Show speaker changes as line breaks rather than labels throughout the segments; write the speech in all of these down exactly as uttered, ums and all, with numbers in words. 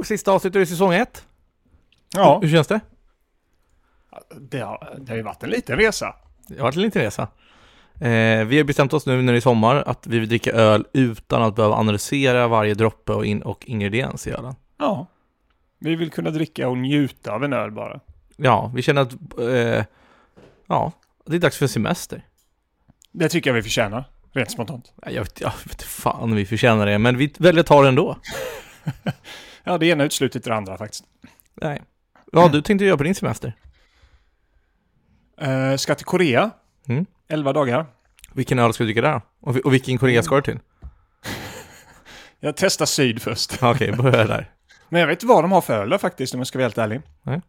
Woo! Sista avsnittet i säsong ett.
Ja.
Hur, hur känns det?
Det har, det har ju varit en liten resa.
Det har varit en liten resa. Eh, vi har bestämt oss nu när det är sommar att vi vill dricka öl utan att behöva analysera varje droppe och, in- och ingrediens i ölen.
Ja. Vi vill kunna dricka och njuta av en öl bara.
Ja, vi känner att eh, ja, det är dags för semester.
Det tycker jag vi förtjänar, rent spontant.
Jag vet, jag vet fan om vi förtjänar det, men vi väljer att ta det ändå.
Ja, det ena utslutet det andra faktiskt.
Nej. Vad har du tänkt att göra på din semester?
Uh, ska till Korea.
Mm.
elva dagar.
Vilken öl ska du dricka där? Och, och vilken Korea ska du till?
Jag testar syd först.
Okej, okay, börja där.
Men jag vet inte vad de har för öl faktiskt, om jag ska vara helt ärlig.
Nej.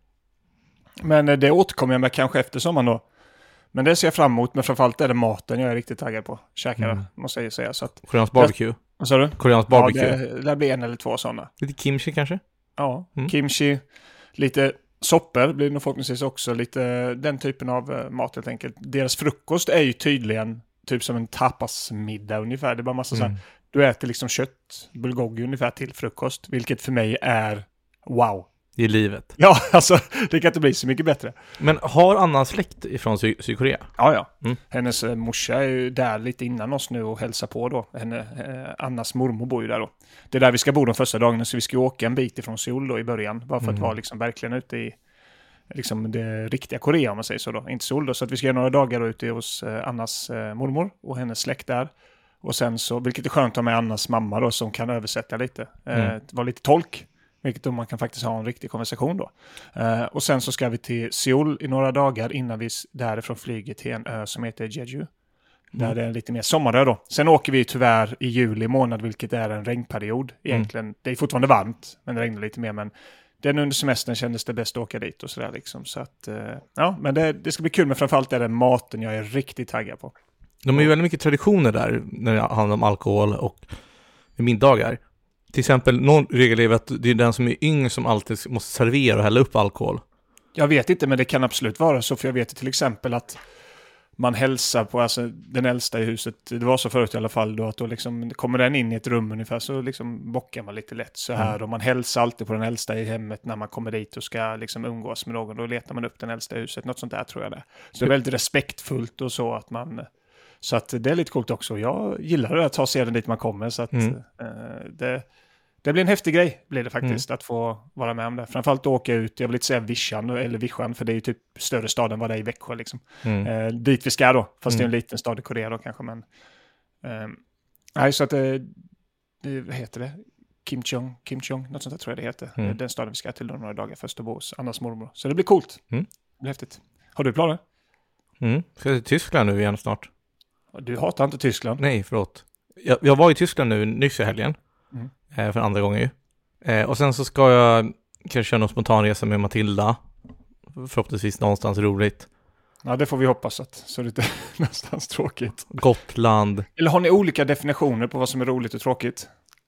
Men det återkommer jag med kanske efter sommaren då. Men det ser jag fram emot, men framförallt är det maten jag är riktigt taggad på. Käkar, mm. måste jag säga. Så att,
Koreansk barbecue.
Vad sa du?
Koreansk barbecue.
Ja, det, det blir en eller två sådana.
Lite kimchi kanske?
Ja,
mm.
kimchi. Lite soppor blir det nog förhoppningsvis också. Lite den typen av uh, mat helt enkelt. Deras frukost är ju tydligen typ som en tapasmiddag ungefär. Det är bara massa mm. så här, du äter liksom kött, bulgogi ungefär till frukost. Vilket för mig är wow.
I livet.
Ja, alltså det kan inte bli så mycket bättre.
Men har Anna släkt ifrån Sy- Sydkorea?
Ja, ja.
Mm.
Hennes eh, morsa är ju där lite innan oss nu och hälsar på då. Henne, eh, Annas mormor bor ju där då. Det är där vi ska bo de första dagarna, så vi ska åka en bit ifrån Seoul då i början. Bara för mm. att vara liksom verkligen ute i liksom det riktiga Korea om man säger så då. Inte Seoul då, så att vi ska göra några dagar då ute hos eh, Annas eh, mormor och hennes släkt där. Och sen så, vilket är skönt att ha med Annas mamma då som kan översätta lite. Eh, mm. Var lite tolk. Vilket då man kan faktiskt ha en riktig konversation då. Uh, och sen så ska vi till Seoul i några dagar innan vi därifrån flyger till en ö som heter Jeju. Mm. Där det är lite mer sommarö då. Sen åker vi tyvärr i juli månad, vilket är en regnperiod egentligen. Mm. Det är fortfarande varmt, men det regnar lite mer. Men den under semestern kändes det bäst att åka dit och sådär liksom. Så att, uh, ja, men det, det ska bli kul, men framförallt är det maten jag är riktigt taggad på.
De har ju väldigt mycket traditioner där när det handlar om alkohol och middagar. Till exempel, någon regel är att det är den som är yngre som alltid måste servera och hälla upp alkohol.
Jag vet inte, men det kan absolut vara så. För jag vet till exempel att man hälsar på alltså, den äldsta i huset. Det var så förut i alla fall. Då, att då liksom, kommer den in i ett rum ungefär så liksom bockar man lite lätt så här. Mm. Och man hälsar alltid på den äldsta i hemmet när man kommer dit och ska liksom umgås med någon. Då letar man upp den äldsta i huset. Något sånt där tror jag det. Så det är väldigt respektfullt och så att man... Så att det är lite coolt också. Jag gillar det att ta sedan dit man kommer. Så att mm. eh, det... Det blir en häftig grej, blir det faktiskt, mm. att få vara med om det. Framförallt åka ut, jag vill inte säga Vischan, eller Vischan, för det är ju typ större stad än vad det är i Växjö. Liksom. Mm. Eh, dit vi ska då, fast mm. det är en liten stad i Korea då kanske. Men, eh, nej, så att det, det, vad heter det? Kimcheong, Kimcheong, något sånt där tror jag det heter. Mm. Den staden vi ska till då några dagar först och bo hos Annas mormor. Så det blir coolt. Mm. Det blir häftigt. Har du planer?
Mm. Ska till Tyskland nu igen snart.
Du hatar inte Tyskland?
Nej, förlåt. Jag, jag var i Tyskland nu nyss i helgen.
Mm.
För andra gången ju. Eh, och sen så ska jag kanske köra någon spontan resa med Matilda. Förhoppningsvis någonstans roligt.
Ja, det får vi hoppas att. Så det är någonstans tråkigt.
Gotland.
Eller har ni olika definitioner på vad som är roligt och tråkigt?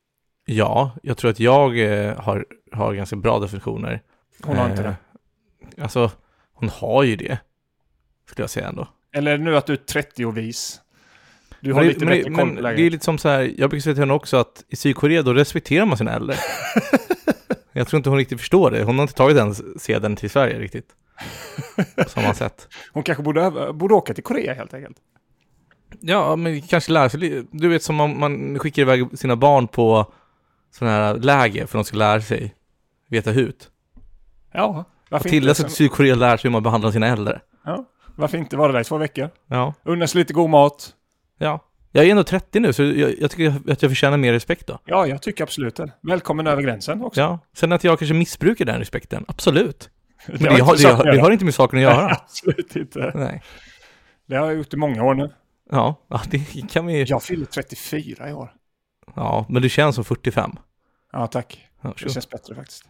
Ja, jag tror att jag eh, har, har ganska bra definitioner.
Hon har eh, inte det.
Alltså, hon har ju det. Skulle jag säga ändå.
Eller är det nu att du är trettio-vis? Du har
men,
lite
men,
bättre koll på läget.
Det är lite som så här, jag brukar säga till henne också att i Sydkorea då respekterar man sina äldre. Jag tror inte hon riktigt förstår det. Hon har inte tagit den sedan till Sverige riktigt. På samma sätt.
Hon kanske borde, borde åka till Korea helt enkelt.
Ja, men kanske lära sig. Du vet som om man skickar iväg sina barn på sådana här läger för att de ska lära sig veta hut.
Ja, varför
inte? Till att Sydkorea lär sig hur man behandlar sina äldre.
Ja, varför inte vara där i två veckor?
Ja.
Unnas lite god mat.
Ja, jag är ändå trettio nu så jag, jag tycker att jag förtjänar mer respekt då.
Ja, jag tycker absolut det. Välkommen över gränsen också.
Ja, sen att jag kanske missbrukar den respekten, absolut. Men det, det, har, det, har, det har inte med saken att göra.
Nej, absolut inte.
Nej.
Det har jag gjort i många år nu.
Ja, ja det kan vi...
Jag fyller trettiofyra i år.
Ja, men du känns som fyrtiofem.
Ja, tack.
Ja,
det känns bättre faktiskt.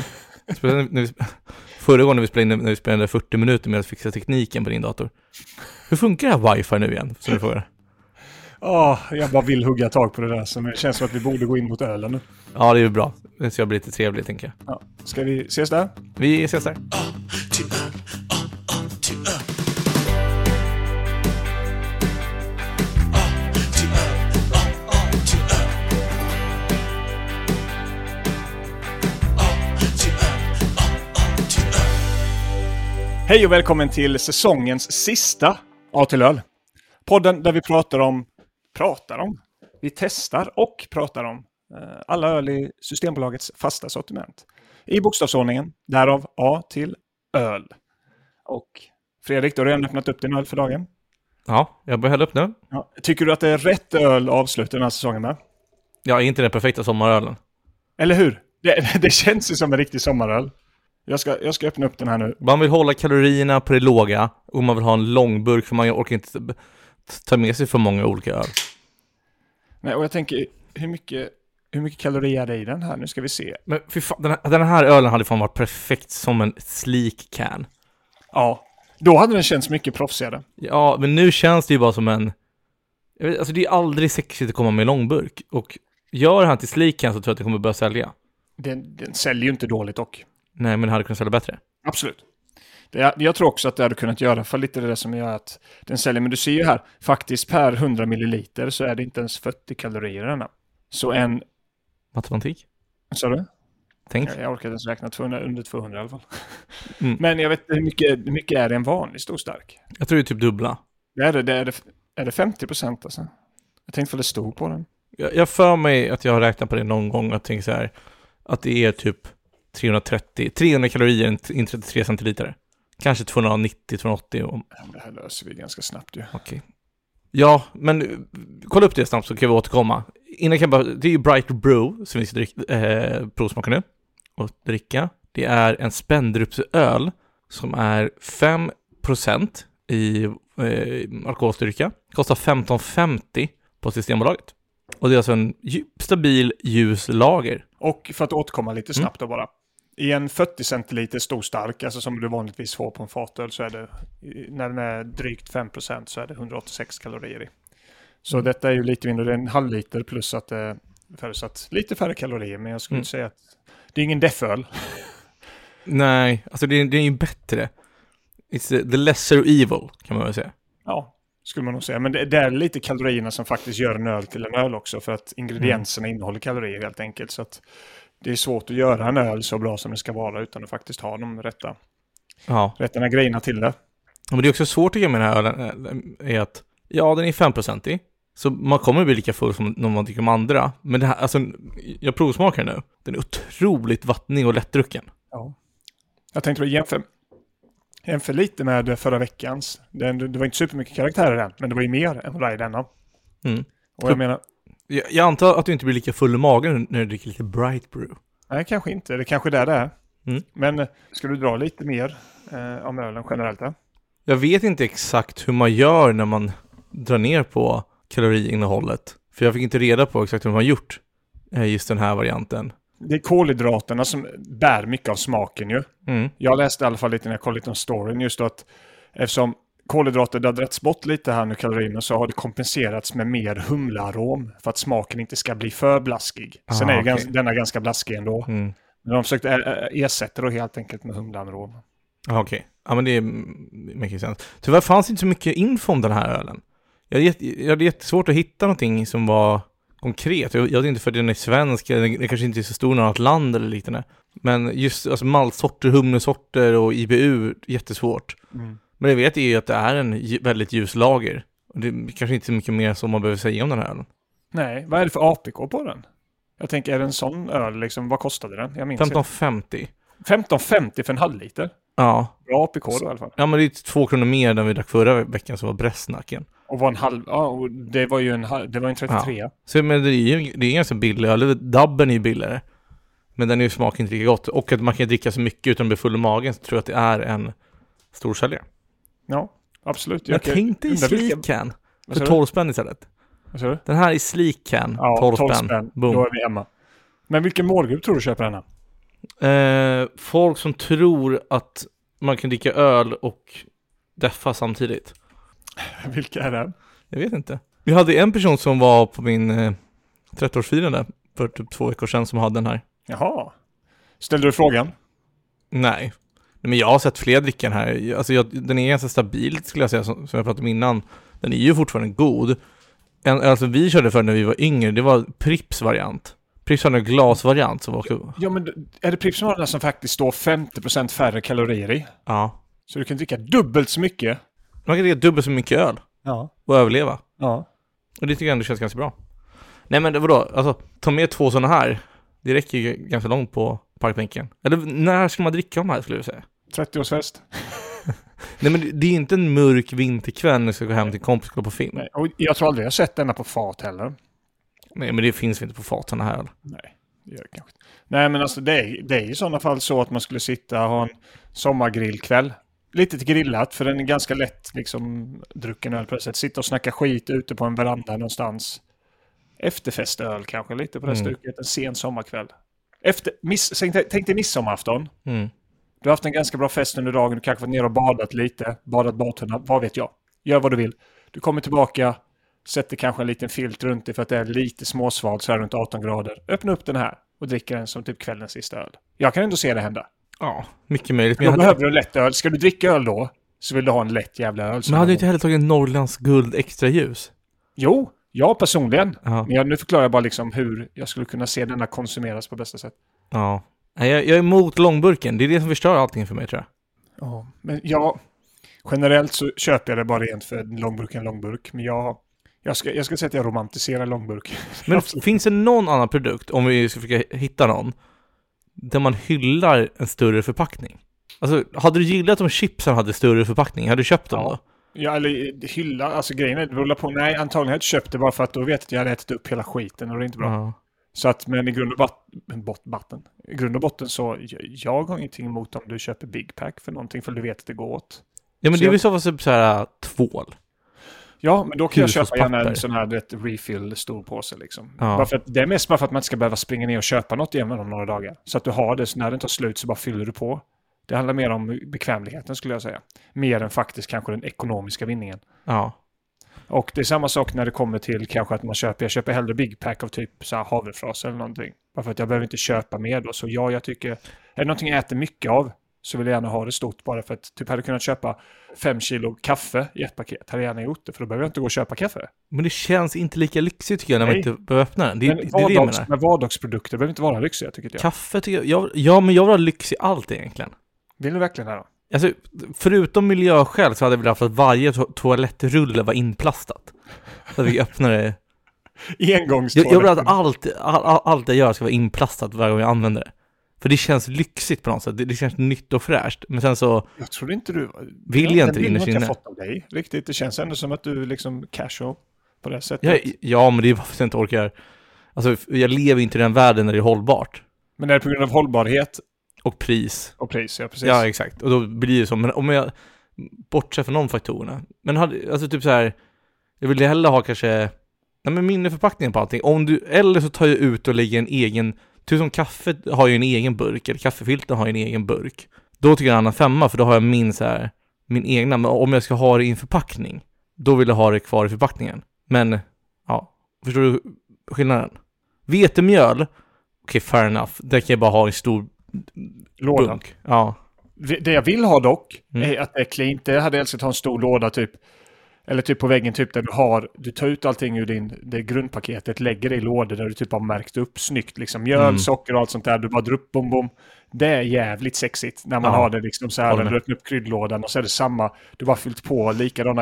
Mm. när vi, förra gången vi spelade, när vi spelade fyrtio minuter med att fixa tekniken på din dator. Hur funkar det här wifi nu igen? Så du får
oh, jag bara vill hugga tag på det där. Så det känns som att vi borde gå in mot ölen nu.
Ja, det är ju bra. Det ska bli lite trevligt, tänker jag.
Ja. Ska vi ses där?
Vi ses där.
Hej och välkommen till säsongens sista A till öl. Podden där vi pratar om, pratar om, vi testar och pratar om eh, alla öl i Systembolagets fasta sortiment. I bokstavsordningen, därav A till öl. Och Fredrik, du har redan öppnat upp din öl för dagen.
Ja, jag börjar hälla upp nu.
Ja. Tycker du att det är rätt öl att avsluta den här säsongen med?
Ja, inte den perfekta sommarölen.
Eller hur? Det, det känns ju som en riktig sommaröl. Jag ska, jag ska öppna upp den här nu.
Man vill hålla kalorierna på det låga och man vill ha en lång burk för man orkar inte ta med sig för många olika öl.
Nej, och jag tänker, hur mycket, hur mycket kalorier är det i den här? Nu ska vi se.
Men fy fan, den, här, den här ölen hade fan varit perfekt som en sleek can.
Ja, då hade den känts mycket proffsigare.
Ja, men nu känns det ju bara som en... Jag vet, alltså det är aldrig sexigt att komma med en långburk. Och gör han till sleek can så tror jag att det kommer börja sälja.
Den, den säljer ju inte dåligt dock.
Nej, men det hade kunnat sälja bättre.
Absolut. Det, jag tror också att det hade kunnat göra för lite det som gör att den säljer. Men du ser ju här, faktiskt per hundra milliliter så är det inte ens fyrtio kalorier i denna. Så en...
Matematik?
Sa du?
Tänk.
Jag, jag orkade ens räkna tvåhundra, under tvåhundra i alla fall.
Mm.
Men jag vet inte hur mycket, hur mycket är det en vanlig stor stark?
Jag tror det är typ dubbla.
Det är det, det, är det, är det femtio procent alltså? Jag tänkte för det stod på den.
Jag, jag för mig att jag har räknat på det någon gång och tänkt så här att det är typ trehundratrettio, trehundra kalorier i trettiotre centiliter. Kanske tvåhundranittio tvåhundraåttio. Och...
Det här löser vi ganska snabbt ju.
Okej. Ja, men kolla upp det snabbt så kan vi återkomma. Innan kan jag bara, det är ju Bright Brew som vi ska dricka, eh, provsmaka nu och dricka. Det är en Spendrupsöl som är fem procent i eh, alkoholstyrka. Kostar femton femtio på Systembolaget. Och det är alltså en stabil ljus lager.
Och för att återkomma lite snabbt då bara. I en fyrtio centiliter stor stark, alltså som du vanligtvis får på en fatöl, så är det, när den är drygt fem procent så är det hundraåttiosex kalorier i. Så mm. detta är ju lite mindre, det är en halv liter plus att det är förutsatt lite färre kalorier, men jag skulle mm. säga att det är ingen defföl. Nej,
alltså det är, det är ju bättre. It's the lesser evil, kan man väl säga.
Ja, skulle man nog säga. Men det, det är lite kalorierna som faktiskt gör en öl till en öl också, för att ingredienserna mm. innehåller kalorier helt enkelt, så att det är svårt att göra en öl så bra som det ska vara utan att faktiskt ha de rätta,
ja.
rätta grejerna till det.
Ja, men det är också svårt att göra med den här ölen är att, ja, den är fem procent i. Så man kommer bli lika full som när man tycker om andra. Men det här, alltså, jag provsmakar nu. Den är otroligt vattnig och lättdrucken.
Ja. Jag tänkte att jämför, jämför lite med förra veckans. Det, det var inte supermycket karaktärer i den, men det var ju mer än vad det är i denna.
Mm.
Och jag menar...
Jag, jag antar att du inte blir lika full i magen när du dricker lite Bright Brew.
Nej, kanske inte. Det är kanske där det är.
Mm.
Men ska du dra lite mer eh, om ölen generellt då?
Jag vet inte exakt hur man gör när man drar ner på kaloriinnehållet. För jag fick inte reda på exakt hur man har gjort eh, just den här varianten.
Det är kolhydraterna som bär mycket av smaken ju.
Mm.
Jag läste i alla fall lite när jag kollade lite om storyn just då att eftersom kolhydrater har drätts bort lite här nu kalorierna så har det kompenserats med mer humlearom för att smaken inte ska bli för blaskig.
Ah,
Sen är ju
okay.
ganska, denna ganska blaskig ändå.
Mm.
Men de försökte ersätta det helt enkelt med humlearom.
Ah, Okej, okay. Ja men det är mycket sens. Tyvärr fanns inte så mycket info om den här ölen. Jag hade, jag hade jättesvårt att hitta någonting som var konkret. Jag, jag vet inte för den är svensk, det kanske inte är så stor i något land eller liknande. Men just alltså, maltsorter, humlesorter och I B U, jättesvårt. Mm. Men jag vet ju att det är en väldigt ljus lager. Och det är kanske inte så mycket mer som man behöver säga om den här ölen.
Nej, vad är det för A P K på den? Jag tänker, är det en sån öl, liksom, vad kostade den? Jag minns
femton femtio.
femton femtio för en halv liter?
Ja.
Bra A P K då i alla fall.
Ja, men det är två kronor mer än vi drack förra veckan som var Bräsnacken.
Och var en halv, ja, och det var ju en, det var en trettiotre. Ja.
Så men det är ju det är ganska billig öl. Dabben är ju billigare. Men den är ju smaken inte lika gott. Och att man kan dricka så mycket utan att bli full i magen så tror jag att det är en stor säljare.
Ja, absolut.
Jag, jag tänkte i sleek can för tolv spänn istället.
Vad sa du?
Den här i sleek can,
ja,
tolv spänn. Boom.
Då är vi hemma. Men vilken målgrupp tror du köper den
här? Eh, folk som tror att man kan dricka öl och deffa samtidigt.
Vilka är det?
Jag vet inte. Vi hade en person som var på min eh, trettioårsfirande för typ två veckor sedan som hade den här.
Jaha. Ställde du frågan?
Nej. Men jag har sett fler dricka den här. Alltså jag, den är ganska stabil skulle jag säga, som, som jag pratade om innan. Den är ju fortfarande god. En, alltså vi körde för när vi var yngre, det var Pripps variant. Pripps var en glasvariant som var...
Ja, men är det Pripps som faktiskt står femtio procent färre kalorier i?
Ja.
Så du kan dricka dubbelt så mycket.
Man kan dricka dubbelt så mycket öl.
Ja.
Och överleva.
Ja.
Och det tycker jag ändå känns ganska bra. Nej men det vadå? Alltså, ta med två sådana här. Det räcker ju ganska långt på parkbänken. Eller när ska man dricka de här skulle jag säga?
trettioårsfest.
Nej men det är inte en mörk vinterkväll när du ska gå hem till kompis och kolla på film.
Nej, och jag tror aldrig jag har sett denna på fat heller.
Nej men det finns inte på fat sådana här.
Nej, det gör det kanske inte. Nej men alltså det är, det är i sådana fall så att man skulle sitta och ha en sommargrillkväll. Lite till grillat för den är ganska lätt liksom drucken öl på det sättet. Sitta och snacka skit ute på en veranda någonstans. Efterfestöl kanske lite på det mm. stuket. En sen sommarkväll. Efter, miss, tänk, tänk dig midsommarafton.
Mm.
Du har haft en ganska bra fest under dagen. Du kanske varit ner och badat lite. Badat badtunna. Vad vet jag. Gör vad du vill. Du kommer tillbaka. Sätter kanske en liten filt runt dig för att det är lite småsvalt så här runt arton grader. Öppna upp den här och dricker den som typ kvällens sista öl. Jag kan ändå se det hända.
Ja, mycket möjligt.
Men då hade... behöver du en lätt öl. Ska du dricka öl då så vill du ha en lätt jävla öl.
Men hade du inte heller tagit en Norrlands guld extra ljus?
Jo, jag personligen.
Ja.
Men jag, nu förklarar jag bara liksom hur jag skulle kunna se denna konsumeras på bästa sätt.
Ja, jag, jag är emot långburken. Det är det som förstör allting för mig tror jag.
Ja, men jag... Generellt så köper jag det bara rent för långburk en långburk. Men jag... Jag ska, jag ska säga att jag romantiserar långburk.
Men finns det någon annan produkt, om vi ska försöka hitta någon, där man hyllar en större förpackning? Alltså, hade du gillat om chipsen hade större förpackning? Hade du köpt dem
ja.
då?
Ja, eller hylla. Alltså grejen är att rulla på. Nej, antagligen hade jag inte köpt det bara för att då vet jag att jag hade ätit upp hela skiten och det är inte bra. Ja. Så att, men i grund och, bot- bot- botten, i grund och botten så, jag, jag har ingenting emot om du köper Big Pack för någonting för du vet att det går åt.
Ja, men
så
det är
jag...
väl så fall så här tvål.
Ja, men då kan jag köpa gärna en sån här vet, refill stor påse liksom.
Ja.
Bara för att, det är mest bara för att man inte ska behöva springa ner och köpa något igen om några dagar. Så att du har det, så när det tar slut så bara fyller du på. Det handlar mer om bekvämligheten skulle jag säga. Mer än faktiskt kanske den ekonomiska vinningen.
Ja.
Och det är samma sak när det kommer till kanske att man köper, jag köper hellre Big Pack av typ så här havrefras eller någonting. Bara för att jag behöver inte köpa mer då. Så ja, jag tycker, är det någonting jag äter mycket av så vill jag gärna ha det stort bara för att typ hade jag kunnat köpa fem kilo kaffe i ett paket. Hade jag gärna gjort det för då behöver jag inte gå och köpa kaffe.
Men det känns inte lika lyxigt tycker jag när Nej. man inte behöver öppna den. Det,
men
det,
vardags,
det är det jag menar.
Men vardagsprodukter behöver inte vara lyxiga tycker jag.
Kaffe tycker jag, jag ja men jag vill ha lyx i allt egentligen.
Vill du verkligen det då?
Alltså, förutom miljöskäl så hade jag velat haft att varje to- toalettrulle var inplastat. Så att vi öppnar det.
Engångstoalett.
Jag, jag vill att allt, all, allt jag gör ska vara inplastat varje gång jag använder det. För det känns lyxigt på något sätt. Det, det känns nytt och fräscht. Men sen så...
Jag tror inte du...
Vill jag inte innerst inne.
Jag har fått av dig riktigt. Det känns ändå som att du liksom casual på det sättet.
Ja, ja men det är bara för att jag inte orkar... Alltså, jag lever inte i den världen där det är hållbart.
Men är det på grund av hållbarhet?
Och pris.
Och pris, ja precis.
Ja, exakt. Och då blir det så. Men om jag bortser från de faktorerna. Men hade, alltså typ så här... Jag vill hellre ha kanske... Nej, men mindre förpackningar på allting. Om du, eller så tar jag ut och lägger en egen... Typ som kaffet har ju en egen burk. Eller kaffefilten har ju en egen burk. Då tycker jag en annan femma. För då har jag min så här... Min egna. Men om jag ska ha det i en förpackning. Då vill jag ha det kvar i förpackningen. Men... Ja. Förstår du skillnaden? Vetemjöl. Okej, okay, fair enough. Det kan jag bara ha i stor...
Låda.
Bunk. Ja.
Det jag vill ha dock.
Mm.
Är att det är clean. Det hade jag älskat ha en stor låda typ. Eller typ på väggen typ där du har, du tar ut allting ur din, det grundpaketet, lägger det i lådor där du typ har märkt upp snyggt, liksom mjöl, mm. socker och allt sånt där, du bara drar upp, bom, bom. Det är jävligt sexigt när man ja. har det liksom så här, du öppnar upp kryddlådan och så är det samma, du bara fyllt på likadana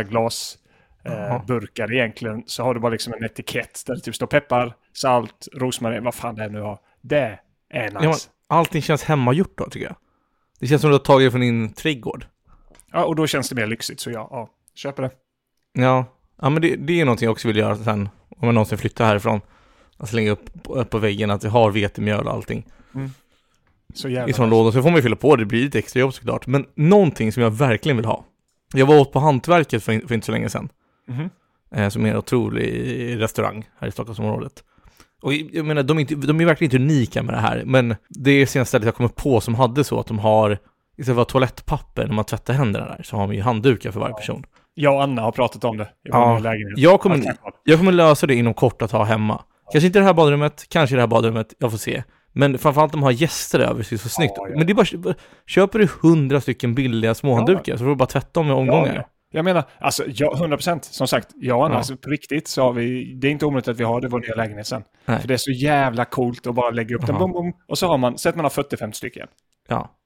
glasburkar eh, egentligen, så har du bara liksom en etikett där det typ står peppar, salt, rosmarin, vad fan det är nu har. Det är nice. Ja,
allting känns hemmagjort då tycker jag. Det känns som du har tagit från din trädgård.
Ja, och då känns det mer lyxigt, så ja, ja köper det.
Ja, ja men det, det är någonting jag också vill göra sen om jag någonsin flyttar härifrån. Att slänga upp på, upp på väggen att jag har vetemjöl och allting.
Mm. Så jävla.
I sån låda. Så får man fylla på, det blir lite extra jobb såklart. Men någonting som jag verkligen vill ha. Jag var åt på Hantverket för, för inte så länge sedan.
Mm.
Eh, som är en otrolig restaurang här i Stockholmsområdet. Och jag menar, de är, inte, de är verkligen inte unika med det här. Men det är senaste stället jag kommer på som hade så att de har, istället för toalettpapper när man tvättar händerna där, så har de ju handdukar för varje ja. person.
Jag och Anna har pratat om det i
ja,
lägenhet.
Jag kommer, jag kommer lösa det inom kort att ha hemma. Kanske inte i det här badrummet, kanske i det här badrummet, jag får se. Men framförallt de har gäster över sig så snyggt. Ja, ja. Men det är bara, köper du hundra stycken billiga småhanddukar ja. så får du bara tvätta dem i omgångar. Ja, ja.
Jag menar, alltså ja, hundra procent som sagt, ja, ja. Alltså, på riktigt så har vi, det är inte omöjligt att vi har det i vår nya lägenhet sen. Nej. För det är så jävla coolt att bara lägga upp ja. den, bom, bom, och så har man, sätter man har fyrtiofem stycken.
Ja.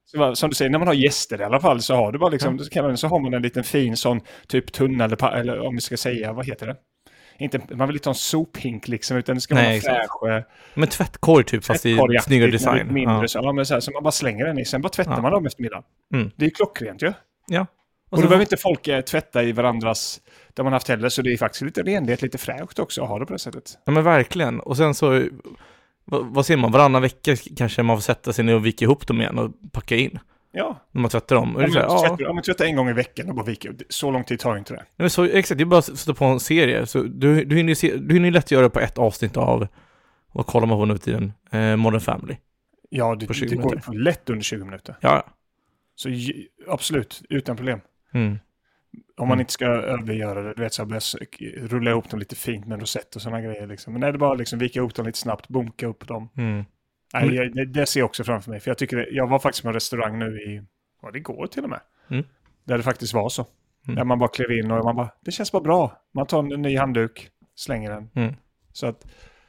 Så, som du säger, när man har gäster i alla fall så har du bara liksom, så, kan man, så har man en liten fin sån typ tunna eller, eller om vi ska säga, vad heter det? Inte, man vill inte ha en sophink liksom, utan det ska Nej, vara fräsch.
Men tvättkorg typ, fast i snyggare design.
Mindre, ja. Så, ja, men så, här, så man bara slänger den i, sen bara tvättar ja. man dem eftermiddagen. Mm. Det är klockrent ju.
Ja.
Och, och då behöver inte folk äh, tvätta i varandras, där man haft heller, så det är faktiskt lite renlighet, lite fräscht också att ha det på det sättet.
Ja men verkligen, och sen så, vad, vad ser man, varannan vecka kanske man får sätta sig ner och vika ihop dem igen och packa in.
Ja.
När man tvättar dem.
Ja, men, ja. Tvättar, ja, man tvättar en gång i veckan och bara vika. Så lång tid tar inte det.
Nej, så, exakt, det är bara att sätta på en serie. Så du, du, hinner se, du hinner lätt göra det på ett avsnitt av, vad kollar man på nu tiden? Eh, Modern Family.
Ja, det, det går lätt under tjugo minuter.
Ja.
Så absolut, utan problem.
Mm.
Om man inte ska övergöra det, du vet, så börja rulla ihop dem lite fint med rosett och sådana grejer. Liksom. Men nej, det är bara liksom vika ihop dem lite snabbt, bunka upp dem.
Mm.
Nej, jag, det, det ser jag också framför mig. För jag tycker det, jag var faktiskt på en restaurang nu i, ja, det går till och med.
Mm.
Där det faktiskt var så.
Mm.
Där man bara klev in och man bara, det känns bara bra. Man tar en ny handduk, slänger den.
Mm.
Så att,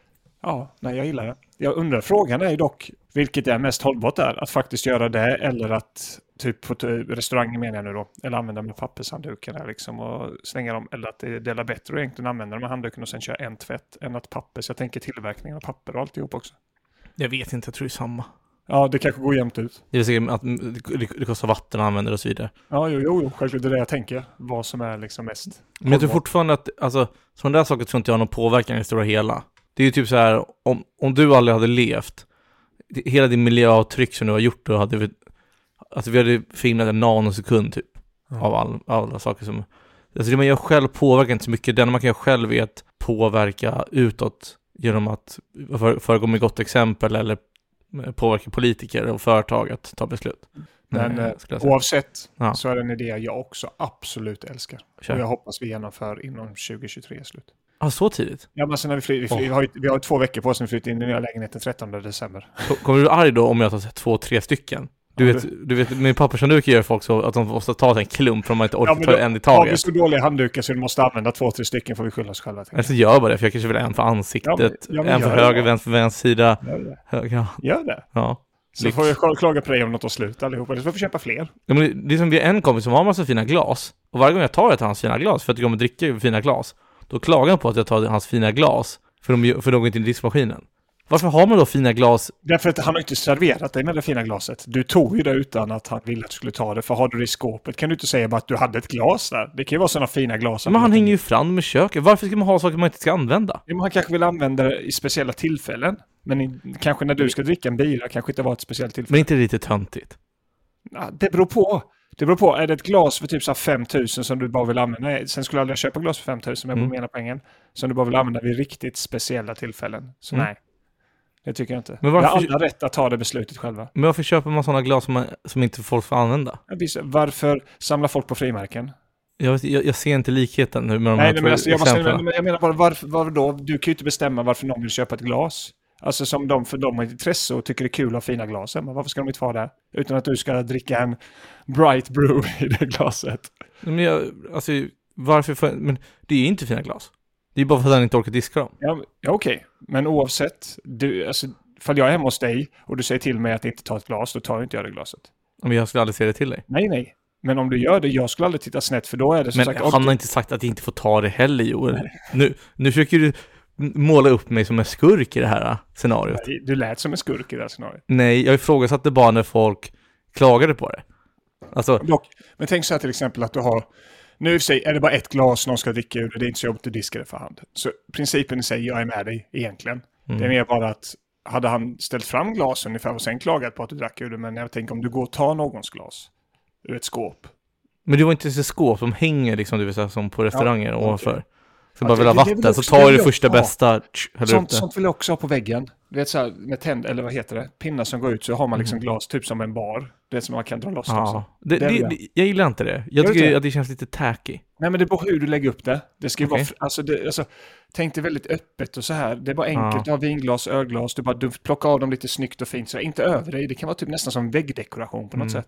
ja, nej, jag gillar det. Jag undrar, frågan är ju dock, vilket är mest hållbart där? Att faktiskt göra det eller att typ på restaurangen menar jag nu då, eller använda med pappershanddukarna liksom och slänga dem, eller att det delar bättre och egentligen använda de här handdukarna och sen köra en tvätt än att papper. Så jag tänker tillverkningen av papper och alltihop också.
Jag vet inte, jag tror det är samma.
Ja, det kanske går jämnt ut.
Det är säkert att det kostar vatten att använda och så vidare.
Ja, jo, jo, självklart det är det jag tänker. Vad som är liksom mest.
Men jag tror fortfarande att, alltså, sådana där saker tror inte jag har någon påverkan i det stora hela. Det är ju typ så här, om, om du aldrig hade levt, hela din miljöavtryck som du har gjort, då hade vi, alltså vi hade filmat en nanosekund typ, mm. av all, alla saker som, alltså det man gör själv påverkar inte så mycket. Det man kan göra själv är att påverka utåt genom att för, föregå med gott exempel eller påverka politiker och företag att ta beslut.
Men mm, oavsett ja. så är det en idé jag också absolut älskar. Kör. Och jag hoppas vi genomför inom tjugo tjugotre slut.
Ja, ah, så tidigt?
Ja, men sen när vi, fly, vi, fly, oh. vi, har, vi har två veckor på oss när vi flyttar in i den nya lägenheten trettonde december.
Kommer du arg då om jag tar två, tre stycken? Du, ja, vet, du... du vet, min pappershandduk gör folk så att de måste ta sig en klump för att man inte orkar ja, ta en i taget.
Har vi så dåliga handdukar så du måste använda två, tre stycken får vi skylla oss själva.
Alltså gör bara det, för jag kanske vill en för ansiktet, ja, men, ja, men en för höger, en för vänster sida.
Gör det.
Höger.
Gör det.
Ja.
Så Lyck. får jag klaga på dig om något att sluta allihopa. Eller så får vi köpa fler.
Ja, men det är som vi har en kompis som har en massa fina glas. Och varje gång jag tar ett av hans fina glas, för att jag kommer dricka fina glas, då klagar han på att jag tar hans fina glas. För de, för de går inte in i diskmaskinen. Varför har man då fina glas?
Därför att han har inte serverat dig med det fina glaset. Du tog ju det utan att han ville att du skulle ta det. För har du det i skåpet kan du inte säga bara att du hade ett glas där. Det kan ju vara sådana fina glas.
Men han hänger ju fram med köket. Varför ska man ha saker man inte ska använda?
Ja, men han kanske vill använda det i speciella tillfällen. Men i, kanske när du ska dricka en bira kanske inte var ett speciellt tillfälle.
Men inte lite töntigt?
Ja, det beror på. Det beror på. Är det ett glas för typ så fem tusen som du bara vill använda? Nej, sen skulle jag aldrig köpa glas för fem tusen med mm. poängen. Som du bara vill använda vid riktigt speciella tillfällen. Så mm. nej. Det tycker jag inte. Men varför... Jag har alla rätt att ta det beslutet själva.
Men varför köper man sådana glas som, man, som inte folk får använda?
Varför samlar folk på frimärken?
Jag, vet, jag, jag ser inte likheten nu med de här
nej, men alltså, jag, måste, men, jag menar bara, varför, varför då? Du kan ju inte bestämma varför någon vill köpa ett glas. Alltså som de, för de har ett intresse och tycker det är kul att ha fina glas. Men varför ska de inte vara där? Utan att du ska dricka en Bright Brew i det glaset.
Men jag, alltså, varför? För, men det är ju inte fina glas. Det är bara för att han inte orkar diska dem.
Ja, ja okej. Okay. Men oavsett, du, alltså, fall jag är hemma hos dig och du säger till mig att inte ta ett glas, då tar jag inte jag det glaset.
Men jag skulle aldrig säga det till dig.
Nej, nej. Men om du gör det, jag skulle aldrig titta snett, för då är det som
men
sagt...
Men han har inte sagt att jag inte får ta det heller, Joel. Nu, nu försöker du måla upp mig som en skurk i det här scenariot.
Nej, du lät som en skurk i det här scenariot.
Nej, jag ifrågasatte bara när folk klagade på det. Alltså...
Dock, men tänk så här till exempel att du har... Nu i sig är det bara ett glas någon ska dricka ur det. Det är inte så jobbigt att diska det för hand. Så principen i sig, jag är med dig egentligen. Mm. Det är mer bara att hade han ställt fram glas ungefär och sen klagat på att du drack ur det. Men jag tänker om du går och tar någons glas ur ett skåp.
Men det var inte så skåp som hänger liksom, du vet, så, som på restauranger ja, ovanför. Okay. Så
ja,
bara vill ha vatten, också, så tar du det första ha. bästa.
Sånt, sånt vill jag också ha på väggen. Du vet så här, med tänd, eller vad heter det? Pinnar som går ut så har man liksom mm. glas typ som en bar. Det är som man kan dra loss.
Ja. Det, det, det, jag gillar inte det. Jag tycker det? att det känns lite tacky.
Nej, men det beror på hur du lägger upp det. Det ska ju okay. vara, alltså, det, alltså tänk dig väldigt öppet och så här. Det är bara enkelt ja. att ha vinglas, ölglas. Du bara du plockar av dem lite snyggt och fint. Så inte över dig. Det kan vara typ nästan som väggdekoration på något mm. sätt.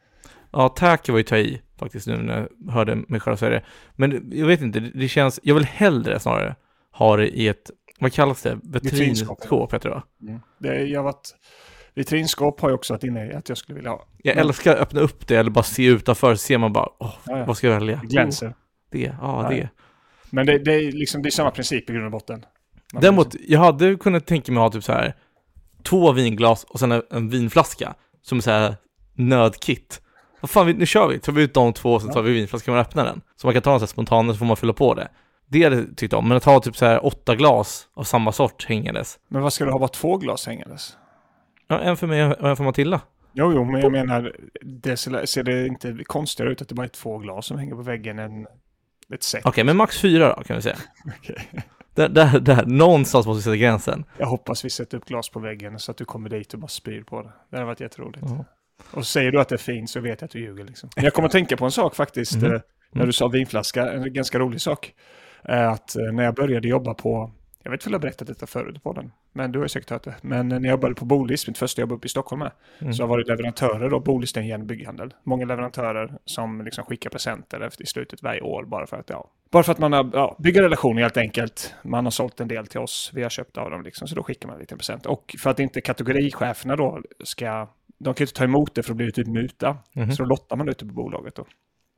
Ja, tacky var ju ta i faktiskt nu när jag hörde mig själv säga det. Men jag vet inte, det känns, jag vill hellre snarare ha det i ett, vad kallas det? Vitrinskåp heter det va?
Mm. Det, jag har varit, Vitrinskåp har jag också varit inne i att jag skulle vilja ha.
Jag
Men,
älskar att öppna upp det eller bara se utanför. Ser man bara, åh,
ja, ja.
vad ska jag välja?
glänser.
Oh, det, ja,
Ja,
det.
ja. Men det, det, är liksom, det är samma princip i grund och botten. Man
Däremot, jag hade kunnat tänka mig att ha typ så här två vinglas och sen en, en vinflaska som så här nödkit. Vad fan, nu kör vi. Tar vi ut de två och så tar vi vinflaskan och öppnar den. Så man kan ta en sån här spontan så får man fylla på det. Det hade jag tyckt om. Men att ha typ så här åtta glas av samma sort hängandes.
Men vad ska du ha, bara två glas hängandes?
Ja, en för mig och en för Matilda.
Jo, jo, men jag menar, det ser, ser det inte konstigare ut att det bara är två glas som hänger på väggen än ett set?
Okej, okay, men max fyra då kan vi säga.
Okay.
Där, där, där, någonstans måste vi sätta gränsen.
Jag hoppas vi sätter upp glas på väggen så att du kommer dit och bara spyr på det. Det hade varit jätteroligt.
Uh-huh.
Och säger du att det är fint så vet jag att du ljuger. Liksom. Jag kommer att tänka på en sak faktiskt, mm. när du sa vinflaska, en ganska rolig sak. Att när jag började jobba på, jag vet inte om jag har berättat detta förut på den, men du har ju säkert hört det. Men när jag jobbade på Bolis, mitt första jobb uppe i Stockholm med, mm. så har varit leverantörer då, Bolis är en igen bygghandel. Många leverantörer som liksom skickar presenter efter i slutet varje år bara för att, ja, bara för att man har, ja, bygger relationer helt enkelt. Man har sålt en del till oss, vi har köpt av dem liksom, så då skickar man lite presenter. Och för att inte kategoricheferna då ska, de kan inte ta emot det för att bli typ muta, mm. så då lottar man ute på bolaget då.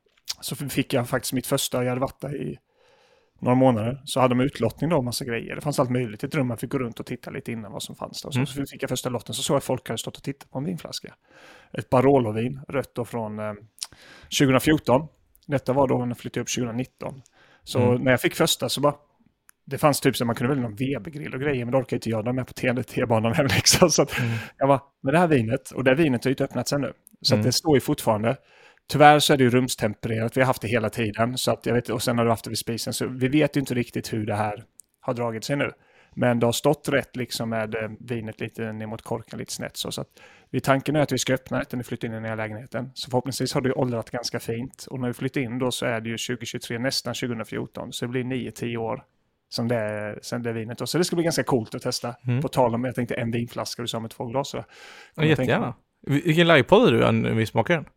Så fick jag faktiskt mitt första, jag hade varit där i några månader, så hade de utlottning då, massa grejer. Det fanns allt möjligt i ett rum, man fick gå runt och titta lite innan vad som fanns där. Mm. Så fick jag första lotten, så såg jag att folk hade stått och tittat på en vinflaska. Ett Barolo-vin, rött då från eh, tjugo fjorton. Detta var då när jag flyttade upp tjugo nitton. Så mm. när jag fick första så bara, det fanns typ så man kunde välja någon Webergrill och grejer, men det orkar inte jag, de är på T-banan hem liksom. Så att mm. jag bara, med det här vinet, och det här vinet har ju inte öppnat sen nu. Så mm. att det står ju fortfarande. Tyvärr så är det ju rumstempererat. Vi har haft det hela tiden. Så att jag vet, och sen har du haft det vid spisen. Så vi vet ju inte riktigt hur det här har dragit sig nu. Men det har stått rätt liksom med eh, vinet lite ner mot korken, lite snett. Så, så att vi, tanken är att vi ska öppna det när vi flyttar in i den här lägenheten. Så förhoppningsvis har det åldrat ganska fint. Och när vi flyttar in då så är det ju tjugo tjugotre, nästan tjugo fjorton. Så det blir nio till år som det är, sen det vinet. Och så det ska bli ganska coolt att testa. Mm. På tal om, jag tänkte en vinflaska du sa med två glas. Så
ja, jättegärna. Vilken livepodd är du när vi smakar den?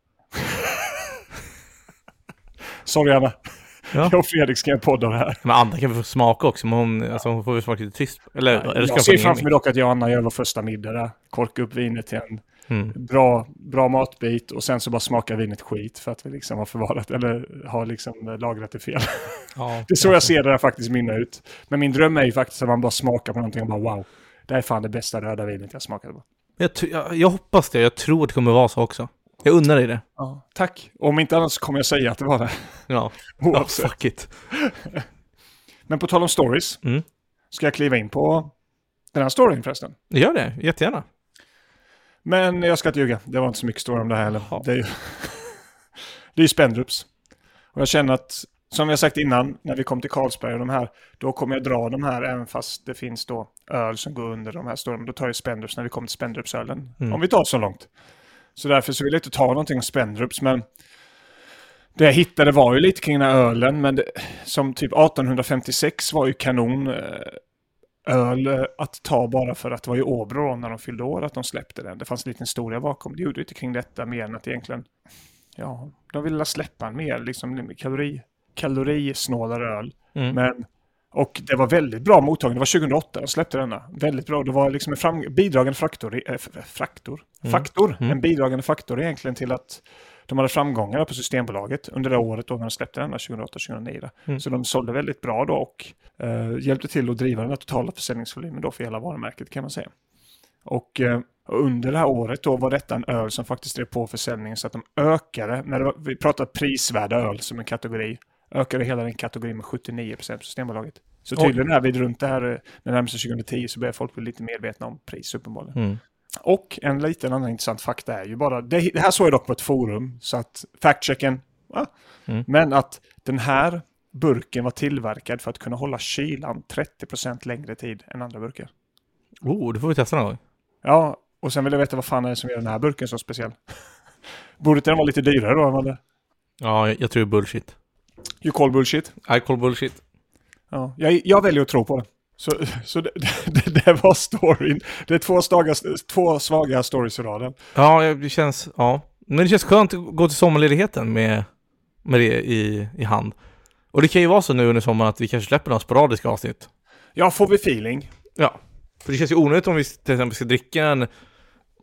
Sorry Anna.
Ja.
Jag och Fredrik ska podda det här.
Men Anna kan få smaka också, men hon, ja. alltså, hon får väl smaka lite tyst. Eller,
ja,
eller ska
jag ser framför mig dock att jag och Anna gör vår första middag där. Korka upp vinet till en mm. bra, bra matbit och sen så bara smaka vinet skit för att vi liksom har förvarat eller har liksom lagrat det fel. Ja, det är så jag ser det där faktiskt minna ut. Men min dröm är ju faktiskt att man bara smakar på någonting och bara wow, det är fan det bästa röda vinet jag smakade på.
Jag, jag, jag hoppas det, jag tror att det kommer vara så också. Jag undrar dig det.
Ja, tack. Om inte annars kommer jag säga att det var det.
Ja, oh, fuck it.
Men på tal om stories, mm. ska jag kliva in på den här storyn förresten?
Gör det, jättegärna.
Men jag ska inte ljuga, det var inte så mycket story om det här heller. Det är ju det är Spendrups. Och jag känner att, som jag sagt innan, när vi kom till Carlsberg och de här, då kommer jag dra de här även fast det finns då öl som går under de här storyn. Då tar jag Spendrups när vi kommer till Spendrupsölen. Mm. Om vi tar så långt. Så därför så vill jag inte ta någonting om Spendrups, men det jag hittade var ju lite kring den här ölen, men det, som typ arton femtiosex var ju kanon öl att ta bara för att det var ju Åbro när de fyllde år att de släppte den. Det fanns en liten historia bakom. Det gjorde inte kring detta mer än att egentligen, ja, de ville släppa en mer liksom kalori, kalorisnålare öl. Mm. Men och det var väldigt bra mottagning. Det var tjugohundraåtta de släppte denna. Väldigt bra. Det var liksom en fram- bidragande faktor, äh, fraktor. Mm. faktor. Mm. En bidragande faktor egentligen till att de hade framgångar på Systembolaget under det året då när de släppte denna tjugohundraåtta tjugohundranion. Mm. Så de sålde väldigt bra då och äh, hjälpte till att driva den här totala försäljningsvolymen då för hela varumärket kan man säga. Och äh, under det här året då var detta en öl som faktiskt drev på försäljningen så att de ökade, när det var, vi pratar prisvärda öl som en kategori, ökade hela den kategorin med sjuttionio procent på Systembolaget. Så tydligen är vi runt det här, när det närmar sig tjugohundratio så börjar folk bli lite medvetna om pris uppenbarligen. Mm. Och en liten annan intressant fakta är ju bara, det, det här såg jag dock på ett forum så att factchecken, ja, mm. men att den här burken var tillverkad för att kunna hålla kylan trettio procent längre tid än andra burkar.
Oh, det får vi testa någon gång.
Ja, och sen vill jag veta vad fan är det som gör den här burken så speciell. Borde den vara lite dyrare då? Eller?
Ja, jag, jag tror det är bullshit.
You call bullshit?
I call bullshit.
Ja, jag, jag väljer att tro på det. Så, så det, det, det var storyn. Det är två, staga, två svaga stories i raden.
Ja, det känns, ja. Men det känns skönt att gå till sommarledigheten med, med det i, i hand. Och det kan ju vara så nu under sommaren att vi kanske släpper några sporadiska avsnitt.
Ja, får vi feeling.
Ja, för det känns ju onödigt om vi till exempel ska dricka en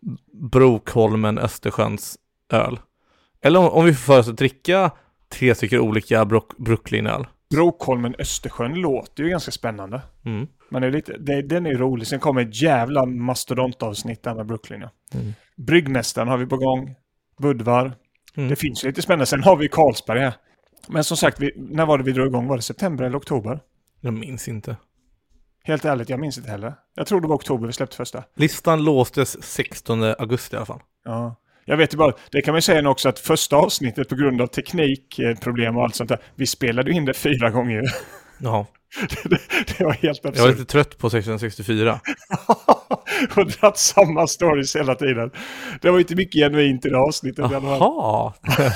Brokholmen Östersjöns öl. Eller om, om vi får för oss att dricka tre stycken olika Brook, Brooklyn-öl.
Brokholmen Östersjön låter ju ganska spännande.
Mm.
Men det är lite, det, den är ju rolig. Sen kommer ett jävla mastodontavsnitt där med Brooklyn. Ja.
Mm.
Bryggmästaren har vi på gång. Budvar.
Mm.
Det finns ju lite spännande. Sen har vi Carlsberg här. Men som sagt, vi, när var det vi drog igång? Var det september eller oktober?
Jag minns inte.
Helt ärligt, jag minns inte heller. Jag tror det var oktober vi släppte första.
Listan låstes sextonde augusti i alla fall.
Ja. Jag vet ju bara, det kan man ju säga också att första avsnittet på grund av teknikproblem och allt sånt där, vi spelade in det fyra gånger.
Ja.
det, det var helt absurt.
Jag var lite trött på sextonhundrasextiofyra.
Och dratt samma stories hela tiden. Det var inte mycket genuint i det avsnittet.
Jaha!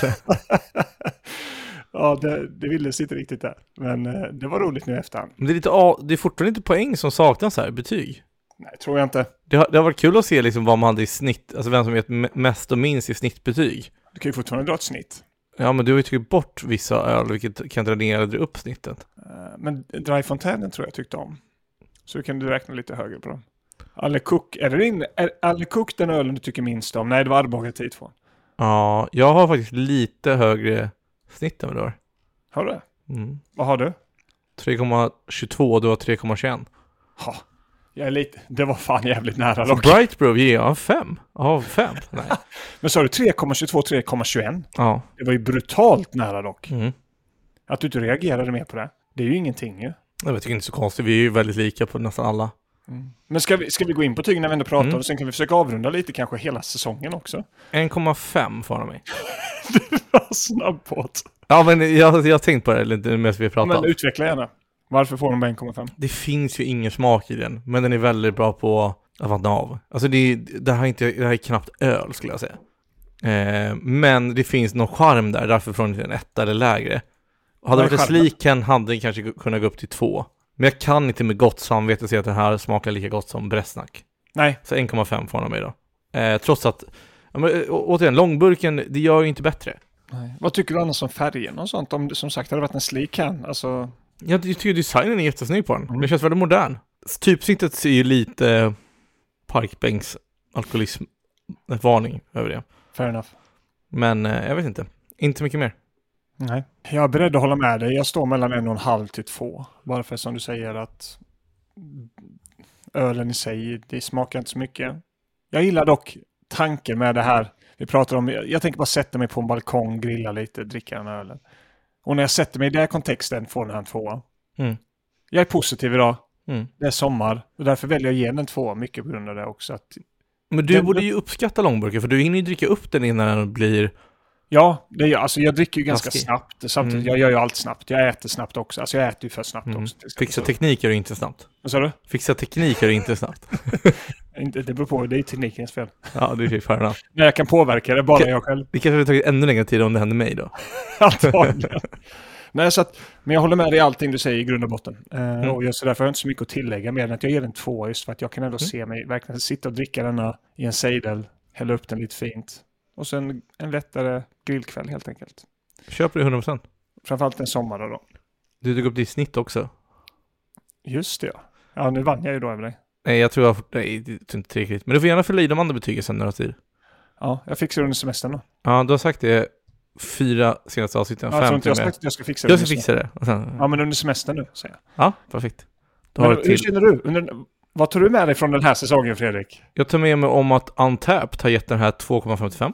Ja, det, det ville sig inte riktigt där. Men eh, det var roligt nu efterhand.
Men det är, lite, a- det är fortfarande inte poäng som saknas här, betyg.
Nej, tror jag inte.
Det har, det har varit kul att se liksom vad man hade i snitt, alltså vem som vet me- mest och minst i snittbetyg.
Du kan ju fortfarande dra ett snitt.
Ja, men du har ju tagit bort vissa öl, vilket kan dra ner eller upp snittet.
Uh, men Dry Fontaine tror jag tyckte om. Så du kan du räkna lite högre på dem. Alle Cook, är det din, är Alle Cook den ölen du tycker minst om? Nej, det var Arboga tid två.
Ja, jag har faktiskt lite högre snitt än vad du har.
Har du det?
Mm.
Vad har du?
tre komma tjugotvå och du har tre komma tjugoett.
Ha, jag är lite, det var fan jävligt nära
Så
dock.
Brightbro ger jag fem. Ja, fem. Nej.
Men sa du tre komma tjugotvå, tre komma tjugoett?
Ja.
Det var ju brutalt nära dock.
Mm.
Att du inte reagerade mer på det. Det är ju ingenting ju.
Jag tycker inte så konstigt. Vi är ju väldigt lika på nästan alla.
Mm. Men ska vi, ska vi gå in på tygen när vi ändå pratar
Mm.
och sen kan vi försöka avrunda lite kanske hela säsongen också.
en komma fem får han mig.
Du var snabb på det.
Ja, men jag, jag har tänkt på det lite medan vi pratar.
Men utveckla gärna. Varför får de bara en komma fem?
Det finns ju ingen smak i den, men den är väldigt bra på att vattna av. Alltså det, det, här är inte, det här är knappt öl skulle jag säga. Eh, men det finns någon charm där, därför från en etta eller lägre. Hade det varit en sliken hade den kanske kunnat gå upp till två. Men jag kan inte med gott samvete säga att den här smakar lika gott som Bräsnack.
Nej.
Så en komma fem får han mig då. Eh, trots att, ja, men, å, återigen, långburken, det gör ju inte bättre.
Nej. Vad tycker du annars om färgen och sånt? Om det som sagt hade varit en slik can, alltså...
Jag tycker designen är jättesnygg på den.
Mm.
Det känns väldigt modern. Typsnittet ser ju lite parkbänks alkoholism varning över det.
Fair enough.
Men eh, jag vet inte. Inte mycket mer.
Nej. Jag är beredd att hålla med dig. Jag står mellan en och en halv till två. Bara för som du säger att ölen i sig, det smakar inte så mycket. Jag gillar dock tanken med det här. Vi pratar om, jag tänker bara sätta mig på en balkong, grilla lite, dricka en öl. Och när jag sätter mig i den kontexten får den här en tvåa.
Mm.
Jag är positiv idag.
Mm.
Det är sommar. Och därför väljer jag att ge den en tvåa. Mycket på grund av det också. Att
Men du
den,
borde ju uppskatta långburken, för du hinner ju dricka upp den innan den blir...
Ja, det är, alltså jag dricker ju ganska
Taskig.
snabbt. Samtidigt,
Mm.
jag gör ju allt snabbt. Jag äter snabbt också. Alltså jag äter ju för snabbt
Mm.
också. till exempel.
Fixa
Så-
teknik är du inte snabbt.
Vad sa du?
Fixa teknik är du inte snabbt.
Inte, det beror på, det är teknikens fel.
Ja, det är ju fair enough.
Men jag kan påverka det, bara
Okej.
jag själv.
Det kanske hade tagit ännu längre tid om det hände mig då.
Antagligen. Nej, så att, men jag håller med dig i allting du säger i grund och botten. Uh,
Mm.
och just därför har jag inte så mycket att tillägga mer än att jag ger den två just för att jag kan ändå
Mm.
se mig verkligen sitta och dricka denna i en sejdel, hälla upp den lite fint. Och sen en lättare grillkväll helt enkelt.
Köper du hundra procent?
Framförallt en sommar då.
Du tog upp det i snitt också.
Just det, ja. Ja, nu vann jag ju då över dig.
Nej, jag tror jag... Nej, det är inte tillräckligt. Men du får gärna fylla i de andra betygen sen när du har tid.
Ja, jag fixar det under semestern då.
Ja, du har sagt det fyra senaste avsnitten.
Ja, jag tror
fem
inte jag
till
har
och med.
sagt att jag ska fixa det.
Jag ska
under
fixa det. Och sen,
Ja, men under semestern nu, säger jag.
ja, perfekt. Då
Men
har du
hur
till.
känner du? Under, vad tar du med dig från den här säsongen, Fredrik?
Jag tar med mig om att Untapped har gett den här två komma femtiofem.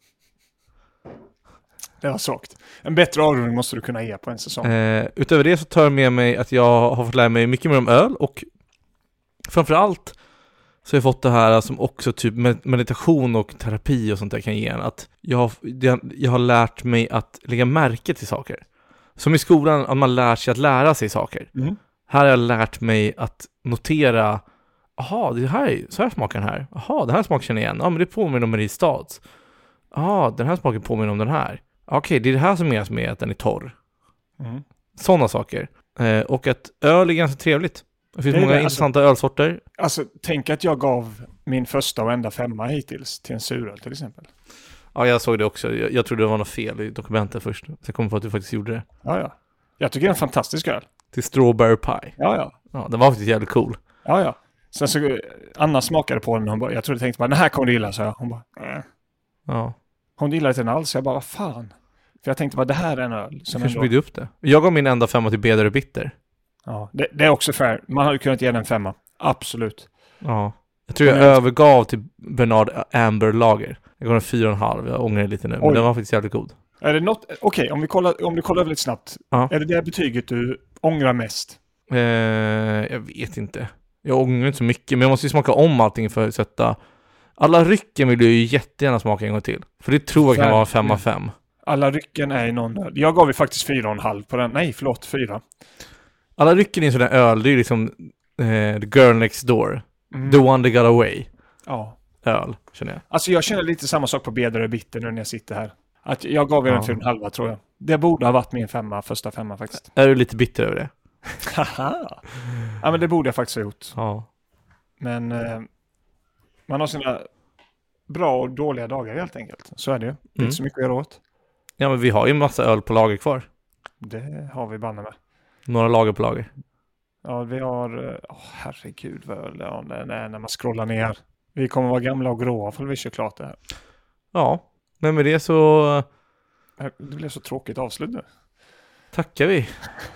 Det var svagt. En bättre avrundning måste du kunna ge på en säsong.
Eh, utöver det så tar jag med mig att jag har fått lära mig mycket mer om öl, och framförallt så har jag fått det här som också typ med- meditation och terapi och sånt där kan ge en, att jag har, det- jag har lärt mig att lägga märke till saker. Som i skolan, att man lär sig att lära sig saker.
Mm.
Här har jag lärt mig att notera, aha, det här, så här smakar den här. Aha, den här smaken känner jag igen. Ja, men det påminner om Marie Stads. Ja, den här smaken påminner om den här. Okej, det är det här som menas med att den är torr.
Mm.
Sådana saker. Eh, och att öl är ganska trevligt. Det finns
Det är
många
det,
intressanta ölsorter.
Alltså, tänk att jag gav min första och enda femma hittills till en suröl till exempel.
Ja, jag såg det också. Jag, jag trodde det var något fel i dokumentet först. Sen kom jag på att du faktiskt gjorde det.
Ja, ja. Jag tycker det är en fantastisk öl.
Till Strawberry Pie.
Ja, ja.
Ja, den var faktiskt jävligt cool.
Ja, ja. Sen så Anna smakade på den och hon bara, jag trodde tänkte bara, den här kommer du gilla, så jag. Hon bara, äh.
Ja.
Hon gillade inte den alls, jag bara, vad fan. För jag tänkte bara, det här är en öl.
Som kanske byggde upp det. Jag gav min enda femma till Bedare Bitter.
Ja, det, det är också fair. Man hade kunnat ge den en femma. Absolut.
Ja. Jag tror jag mm. övergav till Bernard Amber Lager. Jag gav en fyra och en halv. Jag ångrar det lite nu. Oj. Men den var faktiskt jävligt god.
Är det något... Okej, okay, om vi kollar, om du kollar över lite snabbt. Ja. Är det det betyget du ångrar mest?
Eh, jag vet inte. Jag ångrar inte så mycket. Men jag måste ju smaka om allting för att sätta... Alla rycken vill jag ju jättegärna smaka en gång till. För det tror jag kan vara fem av fem.
Alla rycken är i någon där. Jag gav ju faktiskt fyra och en halv på den. Nej, förlåt, fyra.
Alla rycken är en sån där öl. Det är liksom eh, The Girl Next Door. Mm. The One That Got Away.
Ja.
Öl, känner jag.
Alltså jag känner lite samma sak på Bedare Bitter nu när jag sitter här. Att jag gav er en ja. fyra och en halv, tror jag. Det borde ha varit min femma, första femma faktiskt.
Är du lite bitter över det?
Haha. Ja, men det borde jag faktiskt ha gjort.
Ja.
Men eh, man har sina bra och dåliga dagar helt enkelt. Så är det ju. Det är mm. inte så mycket att göra åt.
Ja, men vi har ju en massa öl på lager kvar.
Det har vi banne med.
Några lager på lager.
Ja, vi har... Oh, herregud vad öl ja, när, när man scrollar ner. Vi kommer vara gamla och gråa för vi kör klart det här.
Ja, men med det så...
Det blev så tråkigt avslut nu.
Tackar vi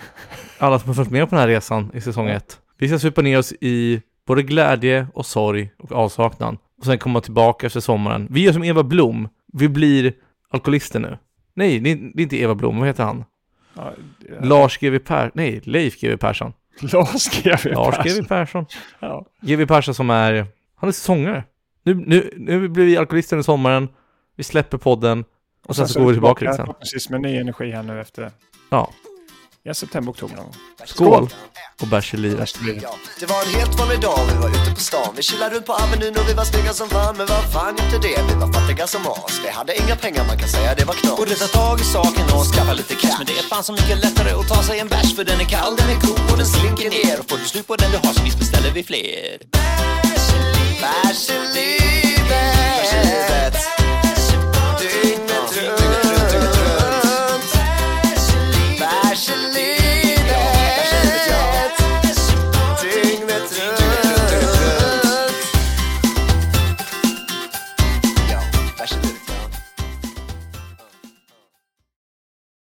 alla som har följt med på den här resan i säsong ett. Vi ska supa ner oss i både glädje och sorg och avsaknad. Och sen komma tillbaka efter sommaren. Vi är som Eva Blom. Vi blir alkoholister nu. Nej, det är inte Eva Blom. Vad heter han? Ja, det... Lars G V Persson. Nej, Leif G V Persson.
Lars G V Persson.
Lars G V Persson. Ja. G V Persson som är... Han är sångare. Nu, nu, nu blir vi alkoholister i sommaren. Vi släpper podden. Och, och sen, sen så går vi tillbaka. tillbaka
liksom. Precis, med ny energi här nu efter...
Ja.
Ja, september, oktober någon gång.
Skål! Och bärs i livet.
Det var en helt vanlig dag, vi var ute på stan. Vi chillade runt på Avenyn och vi var snygga som fan. Men vad fan inte det, vi var fattiga som as. Vi hade inga pengar, man kan säga det var knas. Borde ta tag i saken och skaffa lite cash. Men det är fan så mycket lättare att ta sig en bärs. För den är kall, den är god och den slinker ner. Och får du slut på den du har så visst beställer vi fler. Bärs i livet.